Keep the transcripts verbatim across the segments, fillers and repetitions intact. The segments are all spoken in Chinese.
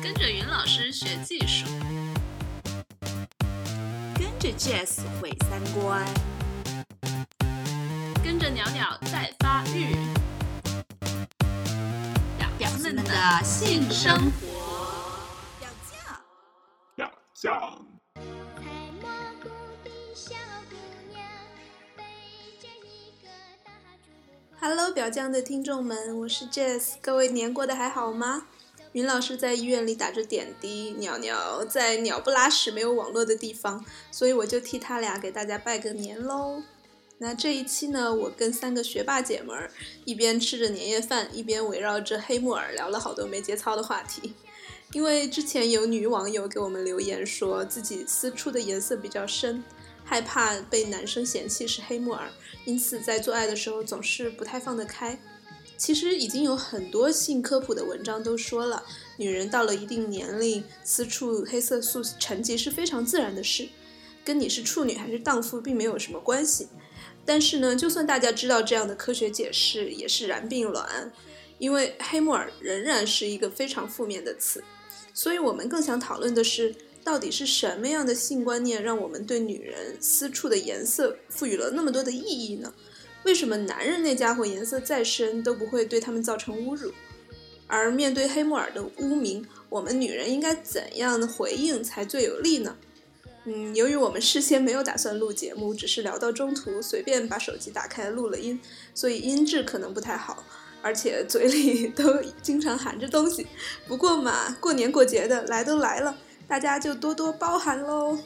跟着云老师学技术， 跟着 Jess 毁三观， 跟着鸟鸟在发育， 婊子们的性生活， 表酱， 表酱。 Hello， 表酱的听众们，我是 Jess， 各位年过得还好吗？云老师在医院里打着点滴，鸟鸟在鸟不拉屎没有网络的地方，所以我就替他俩给大家拜个年喽。那这一期呢，我跟三个学霸姐们儿一边吃着年夜饭，一边围绕着黑木耳聊了好多没节操的话题。因为之前有女网友给我们留言说自己私处的颜色比较深，害怕被男生嫌弃是黑木耳，因此在做爱的时候总是不太放得开。其实已经有很多性科普的文章都说了，女人到了一定年龄，私处黑色素沉积是非常自然的事，跟你是处女还是荡妇并没有什么关系。但是呢，就算大家知道这样的科学解释，也是然并卵，因为黑木耳仍然是一个非常负面的词。所以我们更想讨论的是，到底是什么样的性观念让我们对女人私处的颜色赋予了那么多的意义呢？为什么男人那家伙颜色再深都不会对他们造成侮辱？而面对黑木耳的污名，我们女人应该怎样回应才最有利呢？嗯，由于我们事先没有打算录节目，只是聊到中途随便把手机打开录了音，所以音质可能不太好，而且嘴里都经常含着东西。不过嘛，过年过节的来都来了，大家就多多包涵咯。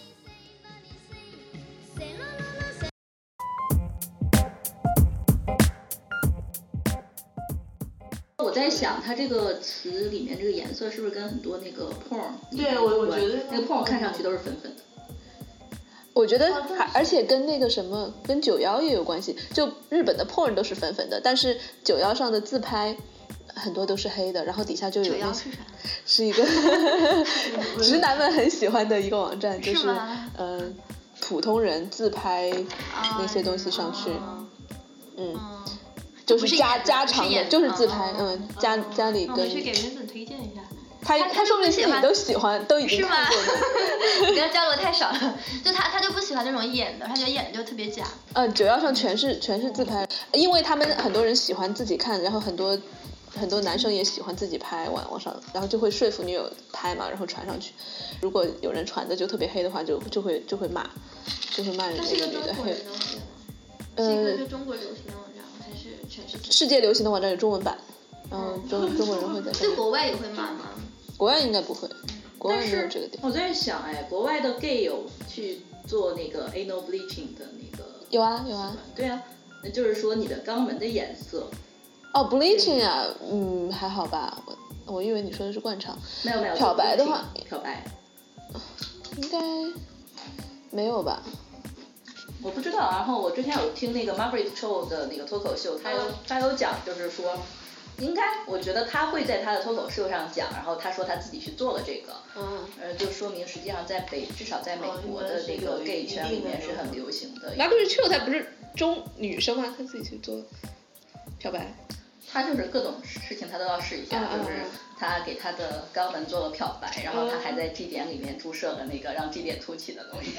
我在想，它这个词里面这个颜色是不是跟很多那个 porn？ 对，我我觉得那个 porn 看上去都是粉粉的。 我觉得还而且跟那个什么跟九幺也有关系，就日本的 porn 都是粉粉的，但是九幺上的自拍很多都是黑的，然后底下就有那些是一个直男们很喜欢的一个网站，就是嗯、呃、普通人自拍那些东西上去，啊、嗯。嗯就是加加长的，就是自拍，嗯，家家里跟。 我去给云子推荐一下。 他他说不定自己都喜欢，都已经看过的。 我跟他交流太少了，就他他就不喜欢那种演的，他觉得演的就特别假。 嗯，九幺上全是全是自拍，因为他们很多人喜欢自己看，然后很多很多男生也喜欢自己拍往往上，然后就会说服女友拍嘛，然后传上去。如果有人传的就特别黑的话，就就会就会骂，就会骂人那个女的黑。 是一个就中国流行的网站。 世界流行的网站有中文版，然后中中国人会在上面。 对国外也会骂吗？ 国外应该不会，国外没有这个点。 我在想，哎，国外的 gay 有去做那个 anal bleaching 的那个？ 有啊有啊。 对啊，那就是说你的肛门的颜色。 哦 ，bleaching 啊，嗯，还好吧，我我以为你说的是灌肠。 没有没有。 漂白的话， 漂白。 应该没有吧。 我不知道，然后我之前有听那个 Margaret Cho 的那个脱口秀，他有他有讲，就是说，应该我觉得他会在他的脱口秀上讲，然后他说他自己去做了这个，嗯，呃，就说明实际上在北至少在美国的那个 gay 圈里面是很流行的。 Margaret Cho 他不是中女生吗？他自己去做漂白。 他就是各种事情他都要试一下，嗯、就是他给他的肛门做了漂白，然后他还在 G 点里面注射了那个让 G 点凸起的东西。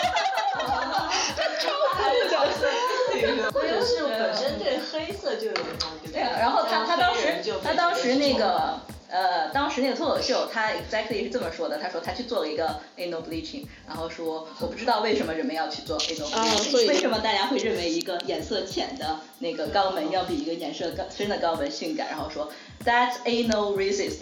超酷的！ 或者是本身对黑色就有那对啊，然后他他当时他当时那个呃当时那个脱口秀他 exactly 是这么说的，他说他去做了一个 anal bleaching， 然后说我不知道为什么人们要去做 anal bleaching，、啊、为什么大家会认为一个颜色浅的那个肛门要比一个颜色深的肛门性感，然后说 that's anal racist。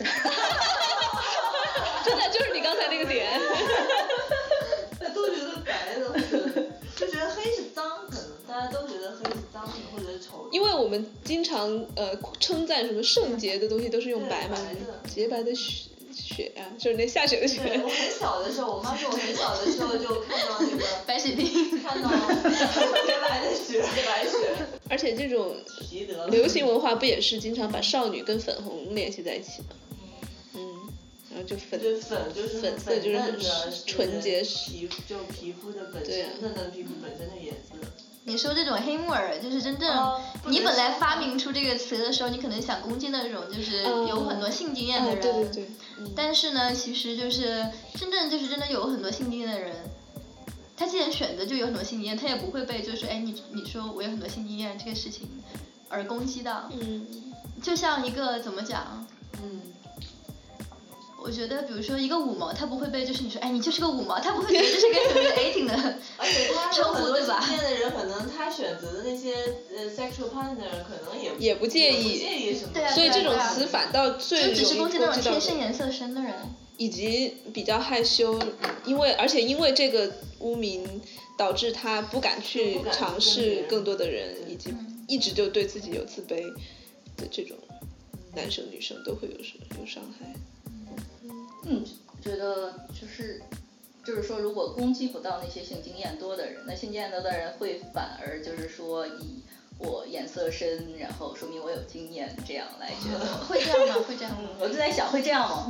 真的就是你刚才那个点。 都觉得白的，就觉得黑是脏，可能大家都觉得黑是脏的或者是丑的。 因为我们经常呃称赞什么圣洁的东西都是用白嘛，洁白的雪雪啊，就是那下雪的雪。 对，我很小的时候，我妈说我很小的时候就看到那个白雪冰， 看到洁白的雪，白雪。 而且这种流行文化不也是经常把少女跟粉红联系在一起吗？然后就粉， 就粉就是粉色就是很纯洁， 皮就皮肤的本身，嫩嫩皮肤本身的颜色。 你你说这种黑木耳，就是真正、 哦、 你本来发明出这个词的时候，你可能想攻击那种就是有很多性经验的人， 嗯、对对对、嗯。 但是呢，其实就是真正就是真的有很多性经验的人，他既然选择就有很多性经验，他也不会被就是哎你你说我有很多性经验这个事情而攻击到。 嗯。 就像一个怎么讲？ 嗯。 我觉得，比如说一个五毛，他不会被就是你说，哎，你就是个五毛，他不会觉得这是个特别 eighteen 的而且他称呼，对吧？ 现在的人可能他选择的那些呃 sexual partner 可能也也不介意， 也不介意什么， 对啊， 所以这种词反倒最容易就只是攻击那种天生颜颜色深的人， 以及比较害羞，因为而且因为这个污名导致他不敢去尝试更多的人，以及一直就对自己有自卑的这种男生女生都会有有伤害。 嗯，觉得就是就是说，如果攻击不到那些性经验多的人，那性经验多的人会反而就是说以我颜色深，然后说明我有经验，这样来觉得会这样吗？会这样吗？ 我就在想，会这样吗？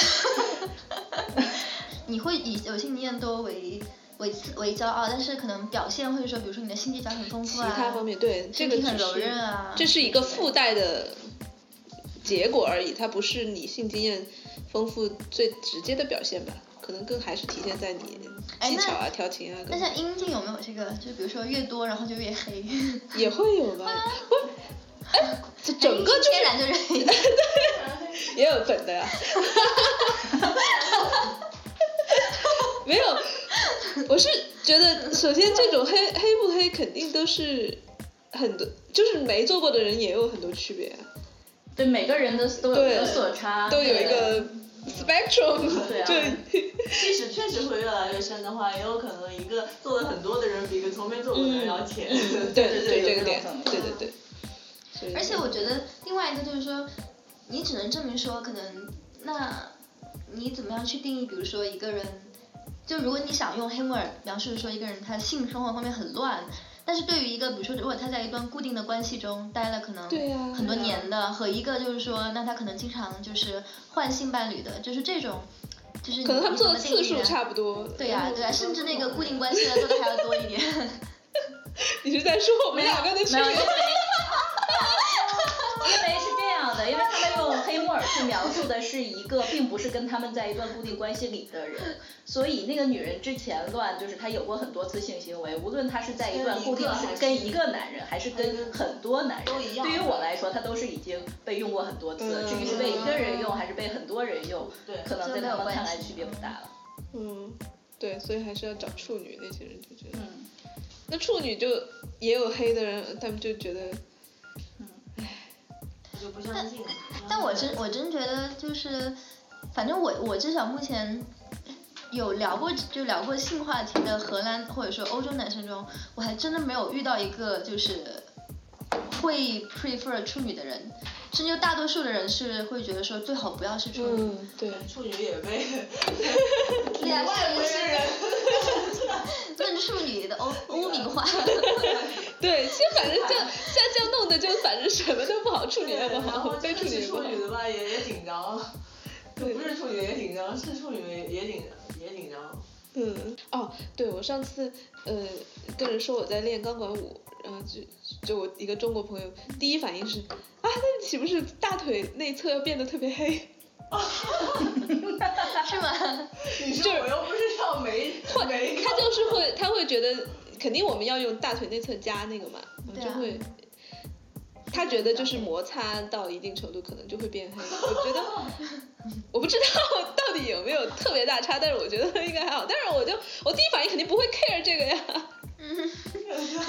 你会以有性经验多为为为骄傲，但是可能表现会说，比如说你的性技巧很丰富啊， 其他方面对这个很柔韧啊， 这是一个附带的结果而已，它不是你性经验丰富最直接的表现吧，可能更还是体现在你技巧啊、调情啊。 那像阴茎有没有这个？就比如说越多，然后就越黑。 也会有吧？不，哎，这整个天然就是黑。 对，也有粉的呀。没有，我是觉得，首先这种黑黑不黑肯定都是很多，就是没做过的人也有很多区别啊。 对，每个人的都有一个色差， 都有一个 spectrum。 对啊。 对。 即使确实会越来越深的话，也有可能一个做了很多的人比一个从没做过的人要浅。 嗯、对对对，这个点，对对对。而且我觉得另外一个就是说，你只能证明说，可能那你怎么样去定义，比如说一个人，就如果你想用黑木耳描述说一个人他性生活方面很乱。但是对于一个，比如说，如果他在一段固定的关系中待了可能很多年的，和一个就是说，那他可能经常就是换性伴侣的，就是这种，就是可能他们做的次数差不多。 对呀、啊，对呀、啊，甚至那个固定关系的做的还要多一点。 你是在说我们两个的区别？ 因为是这样的，因为他们用黑木耳去描述的是一个并不是跟他们在一段固定关系里的人，所以那个女人之前乱，就是她有过很多次性行为，无论她是在一段固定是跟一个男人还是跟很多男人，对于我来说，她都是已经被用过很多次了。至于是被一个人用还是被很多人用，可能在他们看来区别不大了。 嗯，对，所以还是要找处女，那些人就觉得， 嗯， 那处女就也有黑的人，他们就觉得。 就不相信。 但我真我真觉得就是，反正我我至少目前有聊过就聊过性话题的荷兰或者说欧洲男生中，我还真的没有遇到一个就是会 prefer 处女的人，甚至大多数的人是会觉得说最好不要是处女。 嗯，对， 处女也被对呀， 外不是人。 论处女的欧污名化。 对，其实反正就像这样弄的，就反正什么都不好，处女也不好，非处女也不好。 处女的吧也也紧张，不是处女也紧张，是处女也紧也紧张。 嗯，哦，对，我上次呃跟人说我在练钢管舞，然后就就我一个中国朋友，第一反应是啊，那岂不是大腿内侧要变得特别黑？ 是吗？ 你说我又不是要没没， 他就是会，他会觉得肯定我们要用大腿内侧加那个嘛， 对啊、 就会，他觉得就是摩擦到一定程度可能就会变黑。我觉得，我不知道到底有没有特别大差，但是我觉得应该还好。但是我就我第一反应肯定不会 care 这个呀。 嗯，对，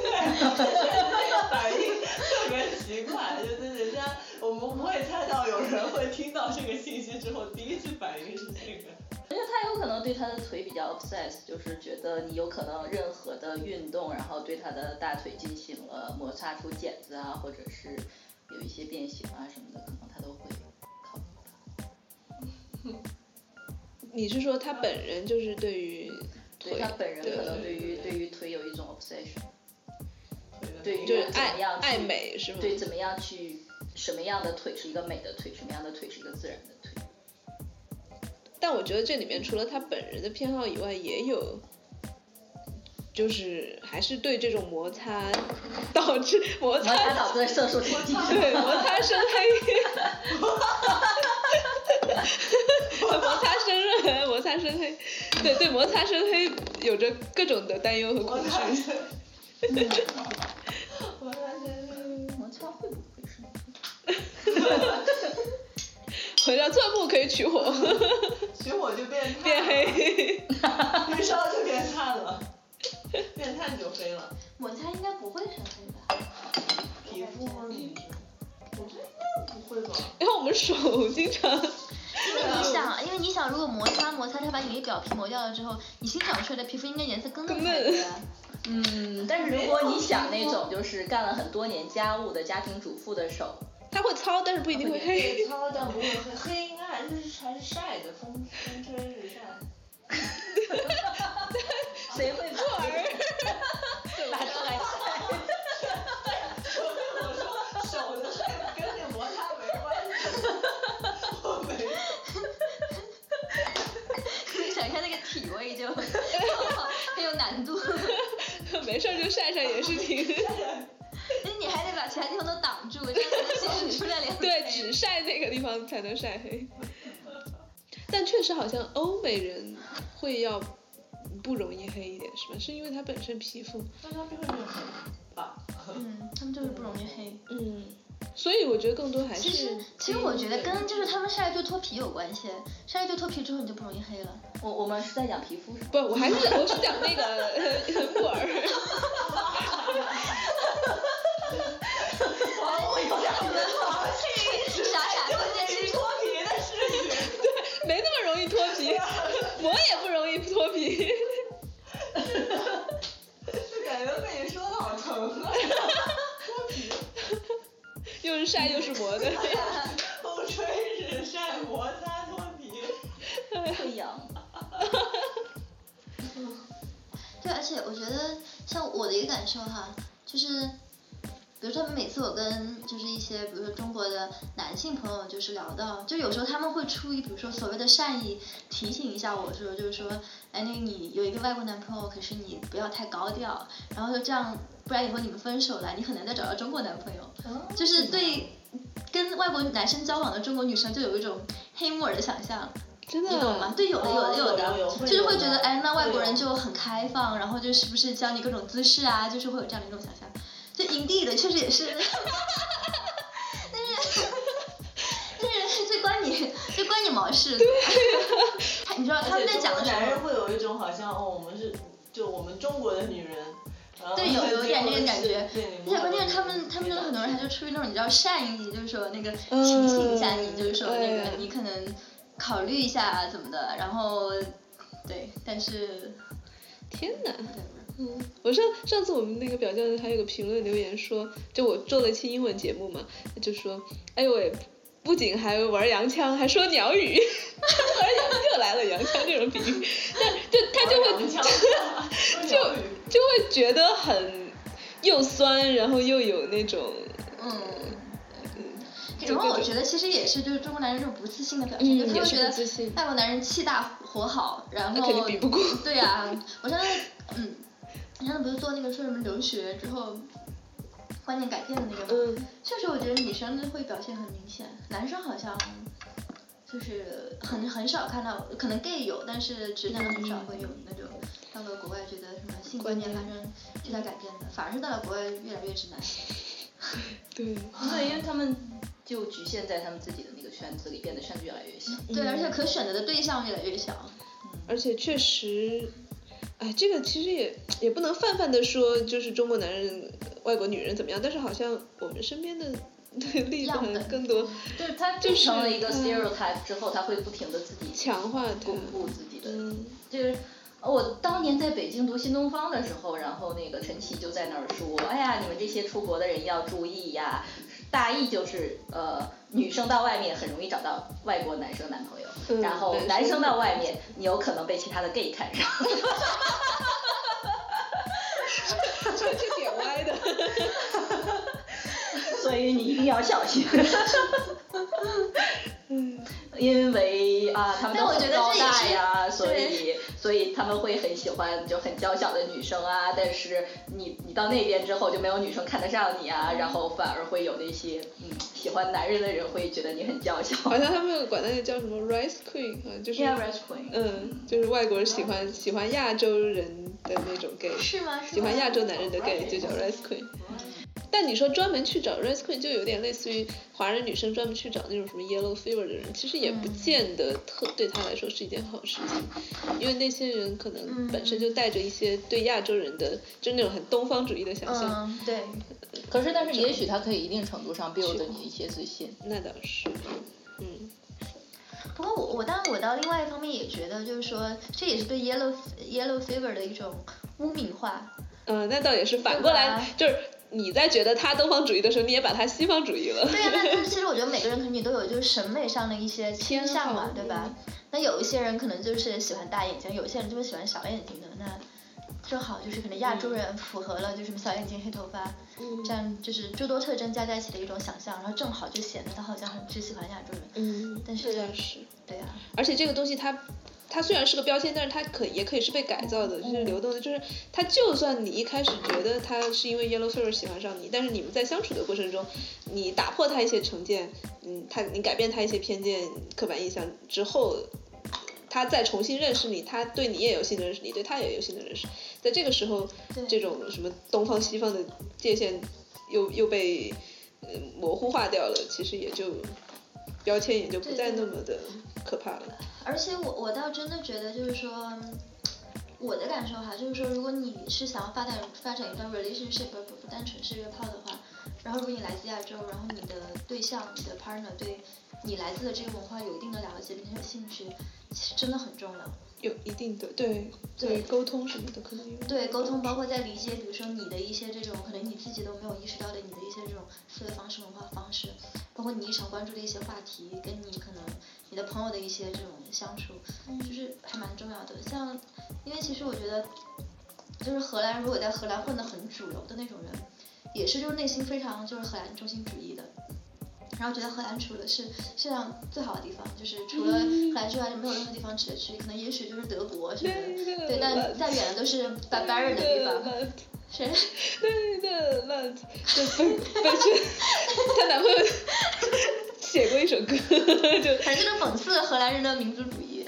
反应特别奇怪，就是人家我们不会猜到有人会听到这个信息之后第一次反应是这个。 而且他有可能对他的腿比较 obsessed， 就是觉得你有可能任何的运动，然后对他的大腿进行了摩擦出茧子啊，或者是有一些变形啊什么的，可能他都会考虑到。 你是说他本人就是对于腿？ 对他本人可能对于对于腿有一种 obsession， 对于就是怎么样爱爱美是吗？ 对，怎么样去什么样的腿是一个美的腿，什么样的腿是一个自然的腿。 但我觉得这里面除了他本人的偏好以外，也有就是还是对这种摩擦导致摩擦摩擦导致色素沉积， 对摩擦生黑，摩擦生热，摩擦生黑，对对摩擦生黑有着各种的担忧和恐惧。 摩擦生黑， 摩擦会不会生黑？ 回到钻木可以取火， 取火就变碳变黑， 一烧就变碳了，变碳就黑了。 摩擦应该不会生黑吧？ 皮肤吗？你我觉得应该不会吧。 因为我们手经常。 因为你想，因为你想，如果摩擦摩擦，它把你的表皮磨掉了之后，你新长出来的皮肤应该颜色更嫩才对啊。 嗯，但是如果你想那种就是干了很多年家务的家庭主妇的手， 它会糙，但是不一定会黑。 糙但不会黑，黑应该还是还是晒的，风风吹日晒。 谁会破儿？拿出来晒。 我说手的晒跟那摩擦没关系，我没。 你想看那个体味就很有难度。 没事就晒晒也是挺。 那你还得把其他地方都挡住，这样才能显示出来脸。 对，只晒那个地方才能晒黑。但确实好像欧美人会要不容易黑一点，是吧？是因为他本身皮肤。 但他皮肤就很吧。 嗯，他们就是不容易黑。 嗯。所以我觉得更多还是。 其实，其实我觉得跟就是他们晒了就脱皮有关系，晒了就脱皮之后你就不容易黑了。 我我们是在讲皮肤是吧？ 不，我还是我是讲那个木耳。 我有两个淘气， 傻傻关键是脱皮的事情。 对，没那么容易脱皮，磨也不容易脱皮。 就感觉被你说的好疼啊！脱皮。 又是晒又是磨的。 风吹日晒摩擦脱皮。 会痒。 对，而且我觉得像我的一个感受哈，就是比如说每次我跟就是一些比如说中国的男性朋友就是聊到，就有时候他们会出于比如说所谓的善意提醒一下我说，就是说哎那个你有一个外国男朋友，可是你不要太高调，然后就这样，不然以后你们分手了，你很难再找到中国男朋友。哦、就是对跟外国男生交往的中国女生就有一种黑木耳的想象。 真的， 你懂吗？对，有的有的有的， 有有有就是会觉得哎，那外国人就很开放，然后就是不是教你各种姿势啊，就是会有这样的一种想象。就营地的确实也是，但是但是这关你这关你毛事。他你知道他们在讲的时候， 男人会有一种好像哦，我们是就我们中国的女人。 对，有有点那个感觉，而且关键是他们他们真的很多人还就出于那种你知道善意，就是说那个提醒一下你，就是说那个你可能考虑一下怎么的，然后对，但是天哪，嗯，我上上次我们那个表酱还有个评论留言说，就我做了一期英文节目嘛，就说哎呦喂，不仅还玩洋腔，还说鸟语，玩洋又来了洋腔这种比喻，但就他就会就就会觉得很又酸，然后又有那种嗯。然后我觉得其实也是，就是中国男人这种不自信的表现， 嗯、 就是他会觉得外国男人气大活好，然后肯定比不过。 对呀、啊，我上次嗯，我上次不是做那个说什么留学之后观念改变的那个吗？嗯。确实，我觉得女生会表现很明显，男生好像就是很很少看到，可能 gay 有，但是直男很少会有那种到了国外觉得什么性观念发生巨大改变的，反而是到了国外越来越直男。 对。 对，因为他们。就局限在他们自己的那个圈子里，变得圈子越来越小。 对，而且可选择的对象越来越小。 嗯、而且确实，哎，这个其实也也不能泛泛的说，就是中国男人、外国女人怎么样，但是好像我们身边的例子可能更多。 就是他就成了一个 stereotype 之后，他会不停的自己强化巩固自己的。 嗯， 就是我当年在北京读新东方的时候，然后那个陈琦就在那儿说，哎呀，你们这些出国的人要注意呀。大意就是呃，女生到外面很容易找到外国男生男朋友， 嗯、 然后男生到外面你有可能被其他的 gay 看上。 这这点歪的。 所以你一定要小心。因为啊，他们都很高大呀，所以所以他们会很喜欢就很娇小的女生啊，但是你你到那边之后就没有女生看得上你啊，然后反而会有那些嗯喜欢男人的人会觉得你很娇小。 好像他们管那个叫什么 rice queen 啊，就是 yeah, rice queen， 嗯，就是外国人喜欢喜欢亚洲人的那种 gay， 是吗？ 喜欢亚洲男人的 gay 就叫 rice queen。但你说专门去找 rice queen 就有点类似于华人女生专门去找那种什么 yellow fever 的人，其实也不见得特对他来说是一件好事情，因为那些人可能本身就带着一些对亚洲人的就那种很东方主义的想象。 嗯，对。 可是但是也许他可以一定程度上 build 你一些自信。 那倒是，嗯。 不过我我当然我到另外一方面也觉得就是说这也是对 yellow yellow fever 的一种污名化。 嗯，那倒也是反过来就是你在觉得他东方主义的时候，你也把他西方主义了。 对呀、啊，但但其实我觉得每个人可能也都有就是审美上的一些倾向嘛，对吧？那有一些人可能就是喜欢大眼睛，有些人就是喜欢小眼睛的，那正好就是可能亚洲人符合了就是小眼睛黑头发，嗯、这样就是诸多特征加在一起的一种想象，然后正好就显得他好像很只喜欢亚洲人。 嗯， 但是是， 对呀、啊。 而且这个东西它。它虽然是个标签，但是它可也可以是被改造的，就是流动的。就是它就算你一开始觉得他是因为 yellow fever 喜欢上你，但是你们在相处的过程中，你打破他一些成见，嗯，他你改变他一些偏见、刻板印象之后，他再重新认识你，他对你也有新的认识，你对他也有新的认识。在这个时候，这种什么东方西方的界限又又被、呃、模糊化掉了，其实也就标签也就不再那么的可怕了。 而且我我倒真的觉得就是说，我的感受哈，就是说如果你是想要发展发展一段 relationship 而不不单纯是约炮的话，然后如果你来自亚洲，然后你的对象你的 partner 对你来自的这个文化有一定的了解并且有兴趣，其实真的很重要。 有一定的对对沟通什么的可能有对沟通，包括在理解比如说你的一些这种可能你自己都没有意识到的你的一些这种思维方式文化方式，包括你日常关注的一些话题跟你可能你的朋友的一些这种相处，就是还蛮重要的。像因为其实我觉得就是荷兰人如果在荷兰混得很主流的那种人，也是就是内心非常就是荷兰中心主义的，然后觉得荷兰除了是世界上最好的地方，就是除了荷兰之外就没有任何地方值得去，可能也许就是德国什么的，对，但再远的都是 barbarian 的地方。谁？ 对的 ，Land， 就本本身她男朋友写过一首歌，就反正就讽刺荷兰人的民族主义。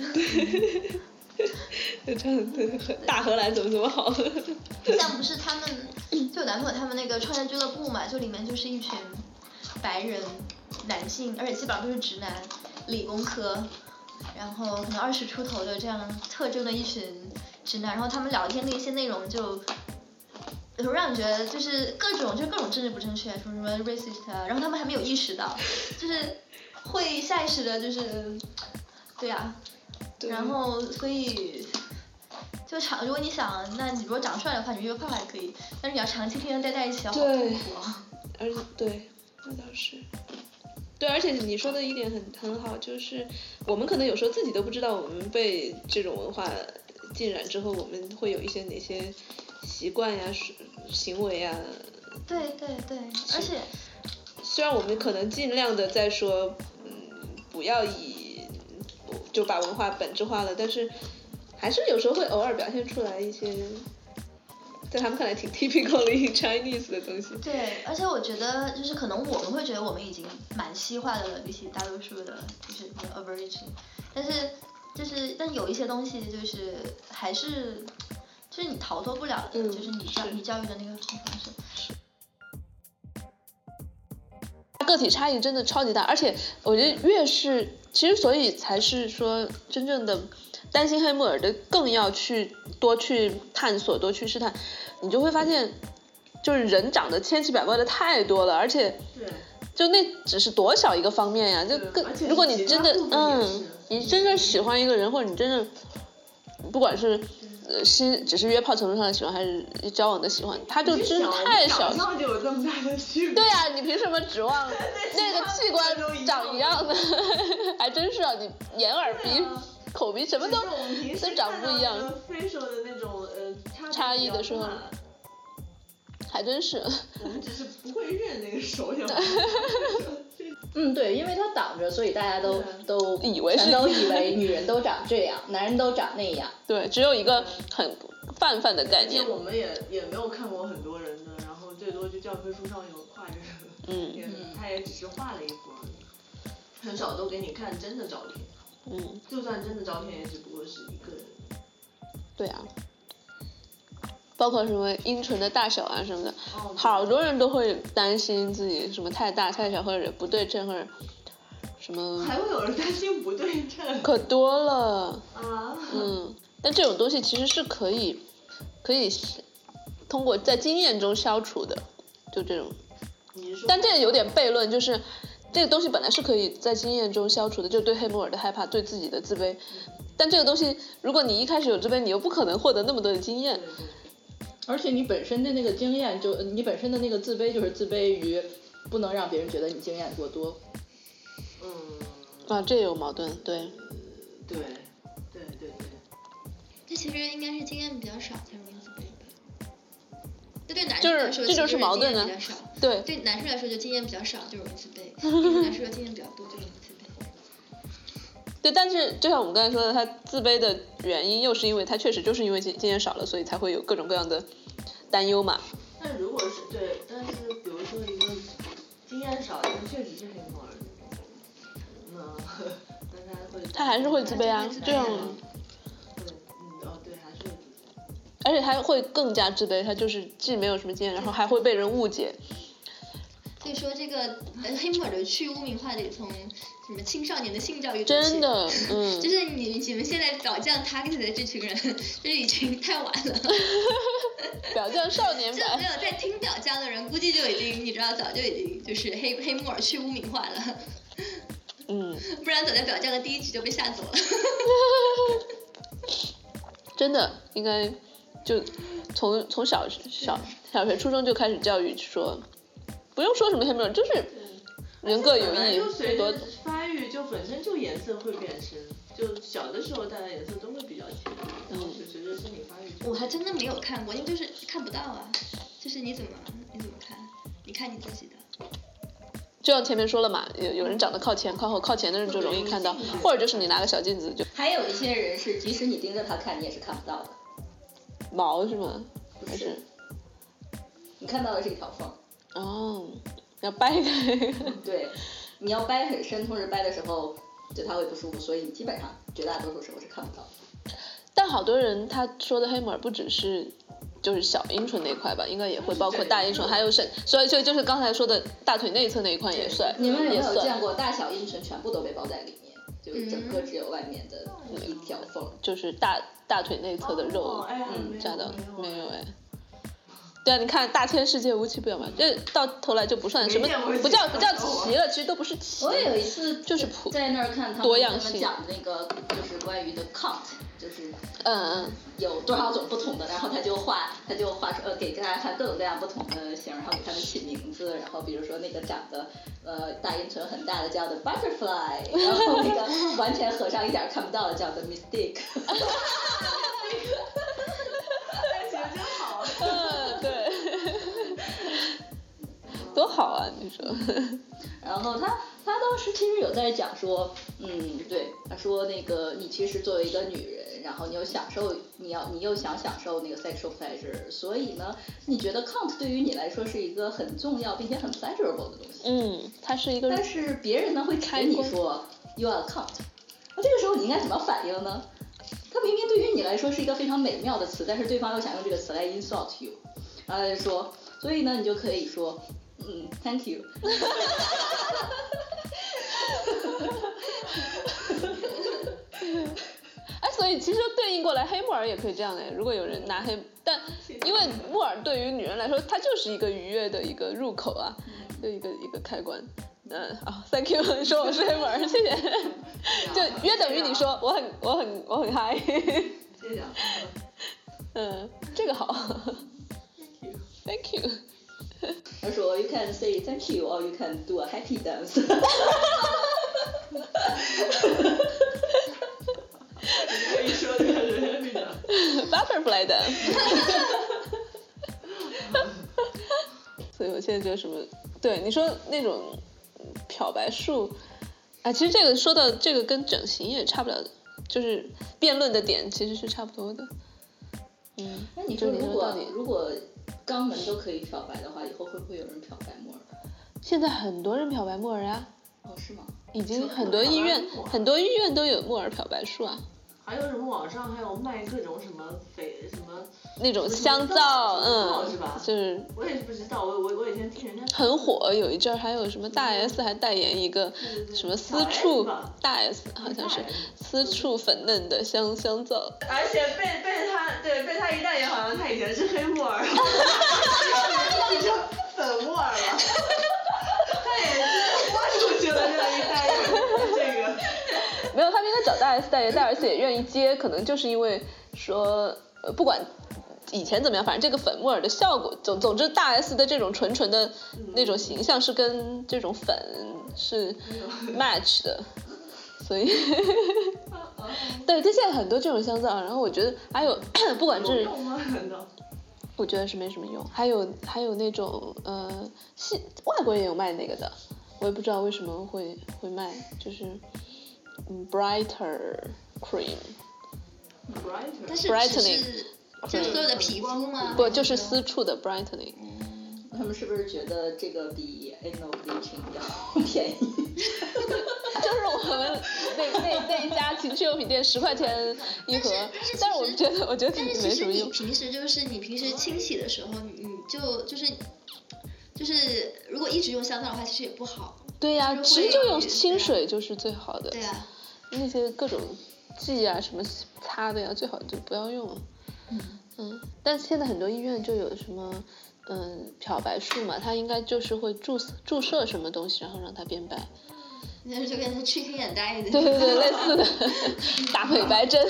就唱大荷兰怎么怎么好。 像不是他们就我男朋友他们那个创业俱乐部嘛，就里面就是一群白人男性，而且基本上都是直男，理工科，然后可能二十出头的这样特征的一群直男，然后他们聊天的一些内容就有时候让你觉得就是各种就各种政治不正确，什么什么 racist 啊，然后他们还没有意识到，就是会下意识的就是对啊，然后所以就长如果你想，那你如果长帅的话，你约炮还可以，但是你要长期天天待在一起，好痛苦啊。 而且对，那倒是。对，而且你说的一点很很好，就是我们可能有时候自己都不知道，我们被这种文化浸染之后，我们会有一些哪些习惯呀、行为呀。 对对对，而且虽然我们可能尽量的在说，嗯，不要以就把文化本质化了，但是还是有时候会偶尔表现出来一些在他们看来挺 typically Chinese 的东西。 对，而且我觉得就是可能我们会觉得我们已经蛮西化的了，比起大多数的就是 Aborigine， 但是就是但有一些东西就是还是就是你逃脱不了的，嗯、就是你教你教育的那个方式。 个体差异真的超级大，而且我觉得越是其实所以才是说真正的担心黑木耳的更要去多去探索多去试探，你就会发现就是人长得千奇百怪的太多了，而且就那只是多小一个方面呀，就更如果你真的嗯你真正喜欢一个人，或者你真正不管是呃新只是约炮程度上的喜欢还是交往的喜欢，他就真太小， 就有这么大的区别。 对啊，你凭什么指望那个器官长一样呢？还真是啊，你眼耳鼻、啊、口鼻什么都都长不一样。 facial 的那种呃差异的时候，还真是。 我们只是不会认那个手脚。 嗯，对，因为他挡着，所以大家都、嗯、都以为是全都以为女人都长这样，男人都长那样。 对，只有一个很泛泛的概念。 我们也也没有看过很多人的，然后最多就教科书上有画人，嗯，也他也只是画了一幅而已，很少都给你看真的照片。 嗯， 就算真的照片，也只不过是一个人。 对啊。包括什么阴唇的大小啊什么的，哦、好多人都会担心自己什么太大太小或者不对称或者什么。 还会有人担心不对称？ 可多了啊。 嗯，但这种东西其实是可以可以通过在经验中消除的，就这种。但这个有点悖论，就是这个东西本来是可以在经验中消除的，就对黑摩尔的害怕，对自己的自卑。但这个东西，如果你一开始有自卑，你又不可能获得那么多的经验。 对对， 而且你本身的那个经验就，你本身的那个自卑就是自卑于不能让别人觉得你经验过多。 嗯。 啊，这有矛盾，对。 对，对对对。 这其实应该是经验比较少才容易自卑吧？这对男生来说， 这就是矛盾啊。对。 对男生来说，就经验比较少就容易自卑；对女生来说，经验比较多就容易自卑。 对，但是就像我们刚才说的，他自卑的原因又是因为他确实就是因为经经验少了，所以才会有各种各样的担忧嘛。 但如果是对，但是比如说一个经验少的人确实是黑摩尔，那那他会他还是会自卑啊，这样。 对，嗯，哦，对，还是会自卑。 而且他会更加自卑，他就是既没有什么经验，然后还会被人误解。 所以说这个黑摩尔的去污名化得从什么青少年的性教育真的，嗯， 就是你你们现在表匠 target 的这群人，这已经太晚了。 表匠少年版， 没有在听表匠的人，估计就已经你知道早就已经就是黑黑摩尔去污名化了。 嗯， 不然早在表匠的第一集就被吓走了。 真的应该就从从小小小学初中就开始教育说。不用说什么黑摩尔，就是人各有异。 就随着发育，就本身就颜色会变深，就小的时候大家颜色都会比较浅，然后随着身体发育。 我还真的没有看过，因为就是看不到啊，就是你怎么你怎么看？你看你自己的。 就像前面说了嘛，有有人长得靠前靠后，靠前的人就容易看到，或者就是你拿个小镜子就。 还有一些人是，即使你盯着他看，你也是看不到的。 毛是吗？ 不是。你看到的是一条缝。 哦，要掰开。 对，你要掰很深，同时掰的时候，就它会不舒服，所以基本上绝大多数时候是看不到。 但好多人他说的黑摩尔不只是就是小阴唇那一块吧，应该也会包括大阴唇，还有是，所以所以就是刚才说的大腿内侧那一块也算。 你们有没有见过大小阴唇全部都被包在里面，就整个只有外面的一条缝， 嗯、就是大大腿内侧的肉， 哦哎、 嗯，扎到没有哎。对啊，你看大千世界无奇不有嘛，这到头来就不算什么，不叫不叫奇了，其实都不是奇。 我有一次就是普在那儿看他们他们讲那个就是关于的 count， 就是嗯嗯有多少种不同的，然后他就画他就画出呃给大家看各种各样不同的型，然后给他们起名字，然后比如说那个长得呃大阴唇很大的叫的 butterfly， 然后那个完全合上一点看不到的叫的 mistake。 嗯，对，多好啊！你说。 然后他他当时其实有在讲说，嗯，对，他说那个你其实作为一个女人，然后你又享受，你要你又想享受那个 sexual pleasure， 所以呢，你觉得 count 对于你来说是一个很重要并且很 pleasurable 的东西。 嗯，它是一个。 但是别人呢会跟你说 you are count， 那这个时候你应该怎么反应呢？它明明对于你来说是一个非常美妙的词，但是对方又想用这个词来 insult you， 然后他就说，所以呢，你就可以说，嗯 ，thank you。 哎，所以其实对应过来，黑木耳也可以这样哎。如果有人拿黑，但因为木耳对于女人来说，它就是一个愉悦的一个入口啊，就一个一个开关。嗯，好 ，thank you， 你说我是黑木耳，谢谢。就约等于你说我很我很我很嗨。 谢谢。 嗯，这个好。Thank you。 他说 you can say thank you or you can do a happy dance。 可以说这个人 happy dance。 Butterfly dance。所以我现在觉得什么？对你说那种漂白术，啊，其实这个说到这个跟整形也差不了，就是辩论的点其实是差不多的。嗯， 那你说如果如果肛门都可以漂白的话，以后会不会有人漂白木耳？ 现在很多人漂白木耳啊。 哦，是吗？ 已经很多医院很多医院都有木耳漂白术啊。 还有什么网上还有卖各种什么肥什么那种香皂， 嗯，是吧？ 就是我也是不知道，我我我以前听人家很火，有一阵儿还有什么大 S 还代言一个什么私处，大 S 好像是私处粉嫩的香香皂， 而且被被他对被他一代言，好像他以前是黑木耳，变成粉木耳了，他也是豁出去了这样一代言这个。 没有，他们应该找大 S 代言，大 S 也愿意接，可能就是因为说，呃，不管以前怎么样，反正这个粉木耳的效果，总总之大 S 的这种纯纯的那种形象是跟这种粉是 match 的，所以，对，它现在很多这种香皂，然后我觉得还有不管是，我觉得是没什么用，还有还有那种呃，西外国人也有卖那个的，我也不知道为什么会会卖，就是。嗯 ，brighter cream， 但是只是就是所有的皮肤吗？ 不，就是私处的 brightening。 嗯，他们是不是觉得这个比 anal bleaching 要便宜？ 就是我们那那那一家情趣用品店十块钱一盒，但是我觉得我觉得没什么用。 平时就是你平时清洗的时候，你就就是就是如果一直用香皂的话，其实也不好。 对呀、啊，其实就用清水就是最好的。 对啊， 那些各种剂啊什么擦的呀，最好就不要用了。 嗯嗯，但现在很多医院就有什么嗯漂白术嘛，它应该就是会注注射什么东西，然后让它变白。 那就跟去黑眼袋的。 对对对，类似的，打美白针，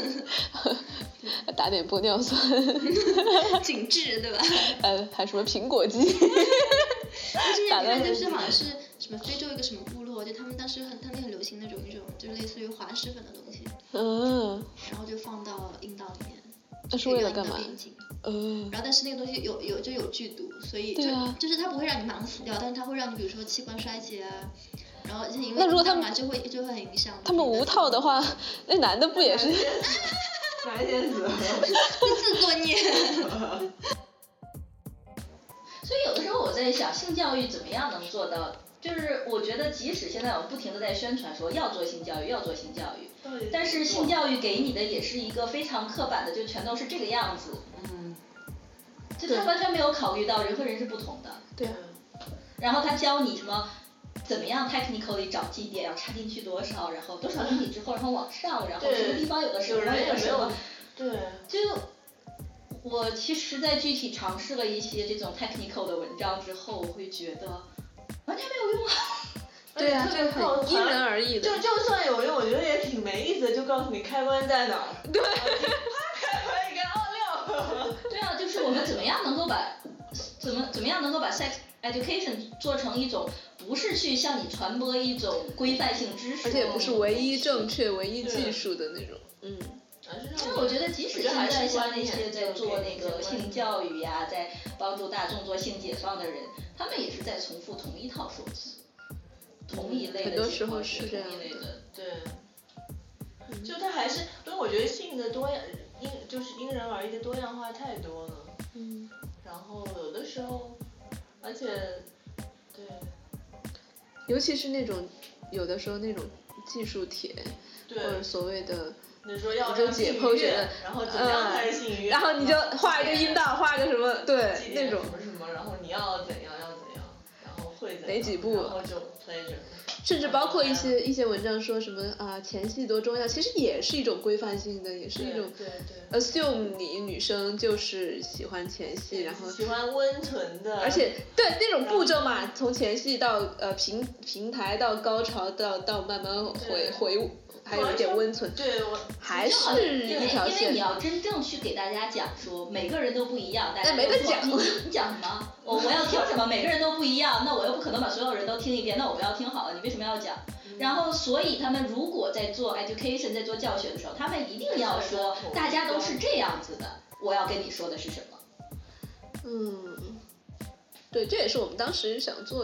打点玻尿酸， 紧致对吧？ 呃，还什么苹果肌。 我之前看就是好像是什么非洲一个什么部落，就他们当时很他们很流行那种一种就是类似于滑石粉的东西， 嗯， 然后就放到阴道里面， 那是为了干嘛？ 嗯，然后但是那个东西有有就有剧毒，所以就、 啊、 就是它不会让你马上死掉，但是它会让你比如说器官衰竭啊，然后因为那如果他们就会就会很影响。 他们无套的话，那男的不也是？ 男先死， 自自作孽。 所以有的时候我在想，性教育怎么样能做到？就是我觉得，即使现在我们不停的在宣传说要做性教育，要做性教育，但是性教育给你的也是一个非常刻板的，就全都是这个样子。嗯。就他完全没有考虑到人和人是不同的。 对。 然后他教你什么，怎么样 technically 找基点，要插进去多少，然后多少厘米之后，然后往上，然后什么地方有个什么有个什么。 对。 就。我其实，在具体尝试了一些这种 technical 的文章之后，我会觉得完全没有用啊。 对啊，这很因人而异的。 就就算有用，我觉得也挺没意思的，就告诉你开关在哪儿。 对。 啪开关一个按钮。 对啊，就是我们怎么样能够把怎么怎么样能够把 sex education 做成一种不是去向你传播一种规范性知识， 而且也不是唯一正确、唯一技术的那种，嗯。 因为我觉得，即使现在像那些在做那个性教育呀，在帮助大众做性解放的人，他们也是在重复同一套说辞，同一类的很多时候是这样的， 对。嗯、就他还是，因为我觉得性的多样，因就是因人而异的多样化太多了。 嗯。 然后有的时候，而且，对。 尤其是那种有的时候那种技术帖，或者所谓的。 你说要就解剖学的， 然后怎么样才是性愉悦？ 然后你就画一个阴道，画个什么，对，那种什么什么，然后你要怎样要怎样，然后会怎样， 哪几步， 然后就 pleasure。 甚至包括一些一些文章说什么啊前戏多重要，其实也是一种规范性的，也是一种对对 assume 你女生就是喜欢前戏，然后喜欢温存的， 而且对那种步骤嘛，从前戏到呃平平台到高潮到到慢慢回回。还有一点温存， 对，我还是一条线。 因为你要真正去给大家讲说，每个人都不一样，大家没得讲。 你你讲什么？我我要听什么？每个人都不一样，那我又不可能把所有人都听一遍，那我不要听好了，你为什么要讲？嗯、然后，所以他们如果在做 education， 在做教学的时候，他们一定要说，大家都是这样子的，我要跟你说的是什么？ 嗯，对，这也是我们当时想做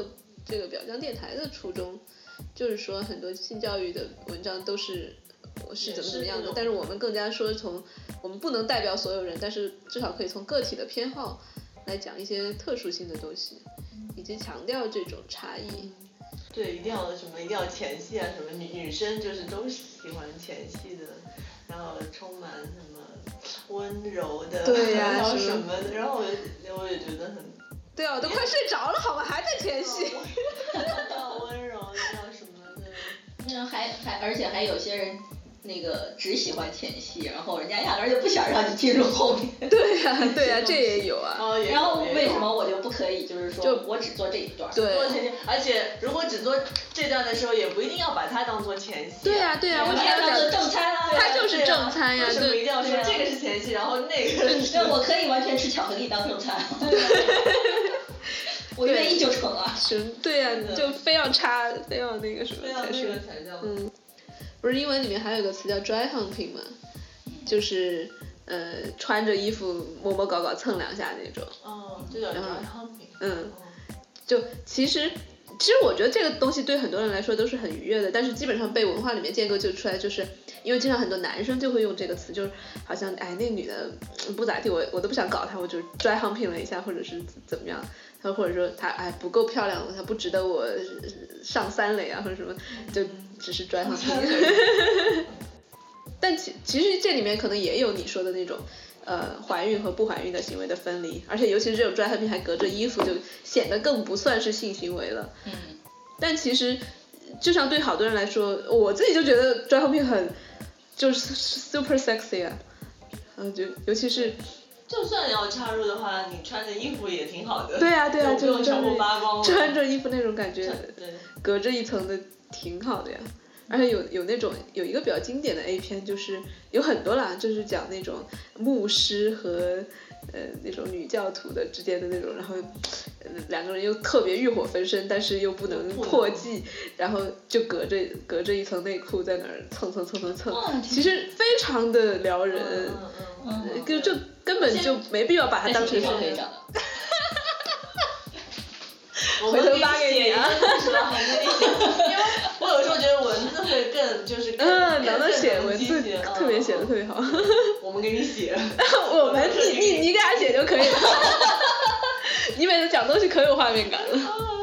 这个表彰电台的初衷，就是说很多性教育的文章都是我是怎么怎么样的，但是我们更加说从我们不能代表所有人，但是至少可以从个体的偏好来讲一些特殊性的东西，以及强调这种差异。 对，一定要什么，一定要前戏啊，什么女女生就是都喜欢前戏的，然后充满什么温柔的， 对呀、啊， 然后什么的，然后我就我也觉得很， 对啊，我都快睡着了，好吗？还在前戏， 要温柔的，要什么的， 那还还而且还有些人。那个只喜欢前戏，然后人家压根儿就不想让你进入后面。 对呀、啊，对呀、啊，这也有啊。 哦、 然后为什么我就不可以？就是说，就我只做这一段。 对。 做前戏，而且如果只做这段的时候，也不一定要把它当做前戏。 对呀、啊，对呀、啊， 为什么要当做正餐啊？ 它就是正餐呀、啊。 为什么一定要说这个是前戏，然后那个是？ 我可以完全吃巧克力当正餐。我愿意就成啊。 是，对呀、啊，就非要插，非要那个什么才是。 才叫嗯。不是英文里面还有个词叫 dry humping 嘛，就是呃穿着衣服摸摸搞搞蹭两下那种。 哦，这叫 dry humping。 嗯，就其实其实我觉得这个东西对很多人来说都是很愉悦的，但是基本上被文化里面建构就出来，就是因为经常很多男生就会用这个词，就是好像哎那女的不咋地，我我都不想搞她，我就 dry humping 了一下，或者是怎么样。他或者说他哎不够漂亮，他不值得我上三垒啊或者什么，就只是拽上去。但其其实这里面可能也有你说的那种呃怀孕和不怀孕的行为的分离，而且尤其是这种拽 humping还隔着衣服，就显得更不算是性行为了。 嗯。 但其实就像对好多人来说，我自己就觉得拽 humping很就是 super sexy 啊，嗯，就尤其是。 就算要插入的话，你穿着衣服也挺好的。 对啊对啊， 就不用全部扒光了。 穿着衣服那种感觉， 对， 隔着一层的挺好的呀。而且有有那种有一个比较经典的 A 片，就是有很多啦，就是讲那种牧师和呃那种女教徒的之间的那种，然后、呃、两个人又特别欲火焚身，但是又不能破技，然后就隔着隔着一层内裤在那儿蹭蹭蹭蹭蹭，哦、其实非常的撩人。 嗯嗯嗯， 就就根本就没必要把它当成是。 我回头发给你啊，是吧？因为我有时候觉得文字会更就是更嗯，能能写文字特别写的特别好。 我们给你写。 我们你你你给他写就可以了。你每次讲东西可有画面感了。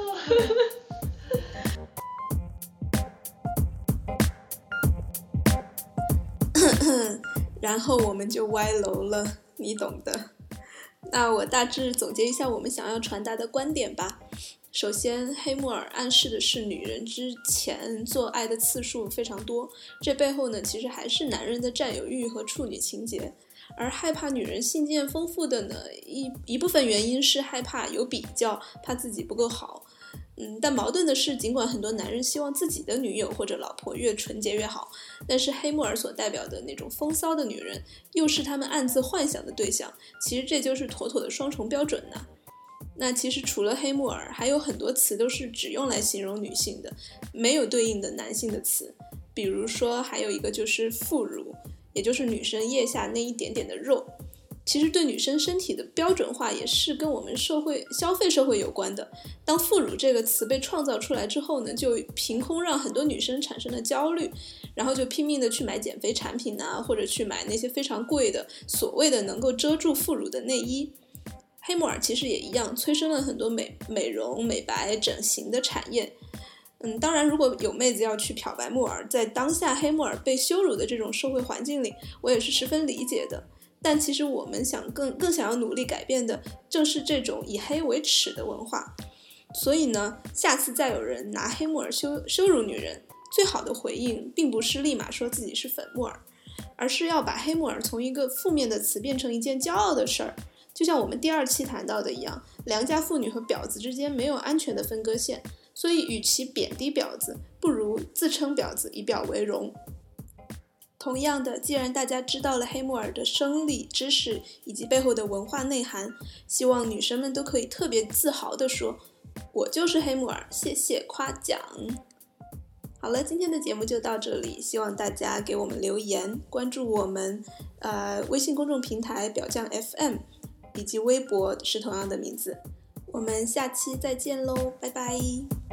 然后我们就歪楼了，你懂的。那我大致总结一下我们想要传达的观点吧。首先，黑木耳暗示的是女人之前做爱的次数非常多，这背后呢，其实还是男人的占有欲和处女情节。而害怕女人性经验丰富的呢，一一部分原因是害怕有比较，怕自己不够好。嗯，但矛盾的是，尽管很多男人希望自己的女友或者老婆越纯洁越好，但是黑木耳所代表的那种风骚的女人，又是他们暗自幻想的对象。其实这就是妥妥的双重标准呐。那其实除了黑木耳，还有很多词都是只用来形容女性的，没有对应的男性的词。比如说，还有一个就是副乳，也就是女生腋下那一点点的肉。其实对女生身体的标准化也是跟我们社会消费社会有关的。当副乳这个词被创造出来之后呢，就凭空让很多女生产生了焦虑，然后就拼命的去买减肥产品啊，或者去买那些非常贵的所谓的能够遮住副乳的内衣。黑木耳其实也一样，催生了很多美美容、美白、整形的产业。嗯，当然，如果有妹子要去漂白木耳，在当下黑木耳被羞辱的这种社会环境里，我也是十分理解的。但其实我们想更更想要努力改变的，正是这种以黑为耻的文化。所以呢，下次再有人拿黑木耳羞羞辱女人，最好的回应并不是立马说自己是粉木耳，而是要把黑木耳从一个负面的词变成一件骄傲的事儿。就像我们第二期谈到的一样，良家妇女和婊子之间没有安全的分割线，所以与其贬低婊子，不如自称婊子，以表为荣。同样的，既然大家知道了黑木耳的生理知识以及背后的文化内涵，希望女生们都可以特别自豪地说，我就是黑木耳，谢谢夸奖。好了，今天的节目就到这里，希望大家给我们留言，关注我们呃微信公众平台表酱 F M， 以及微博是同样的名字。我们下期再见喽，拜拜。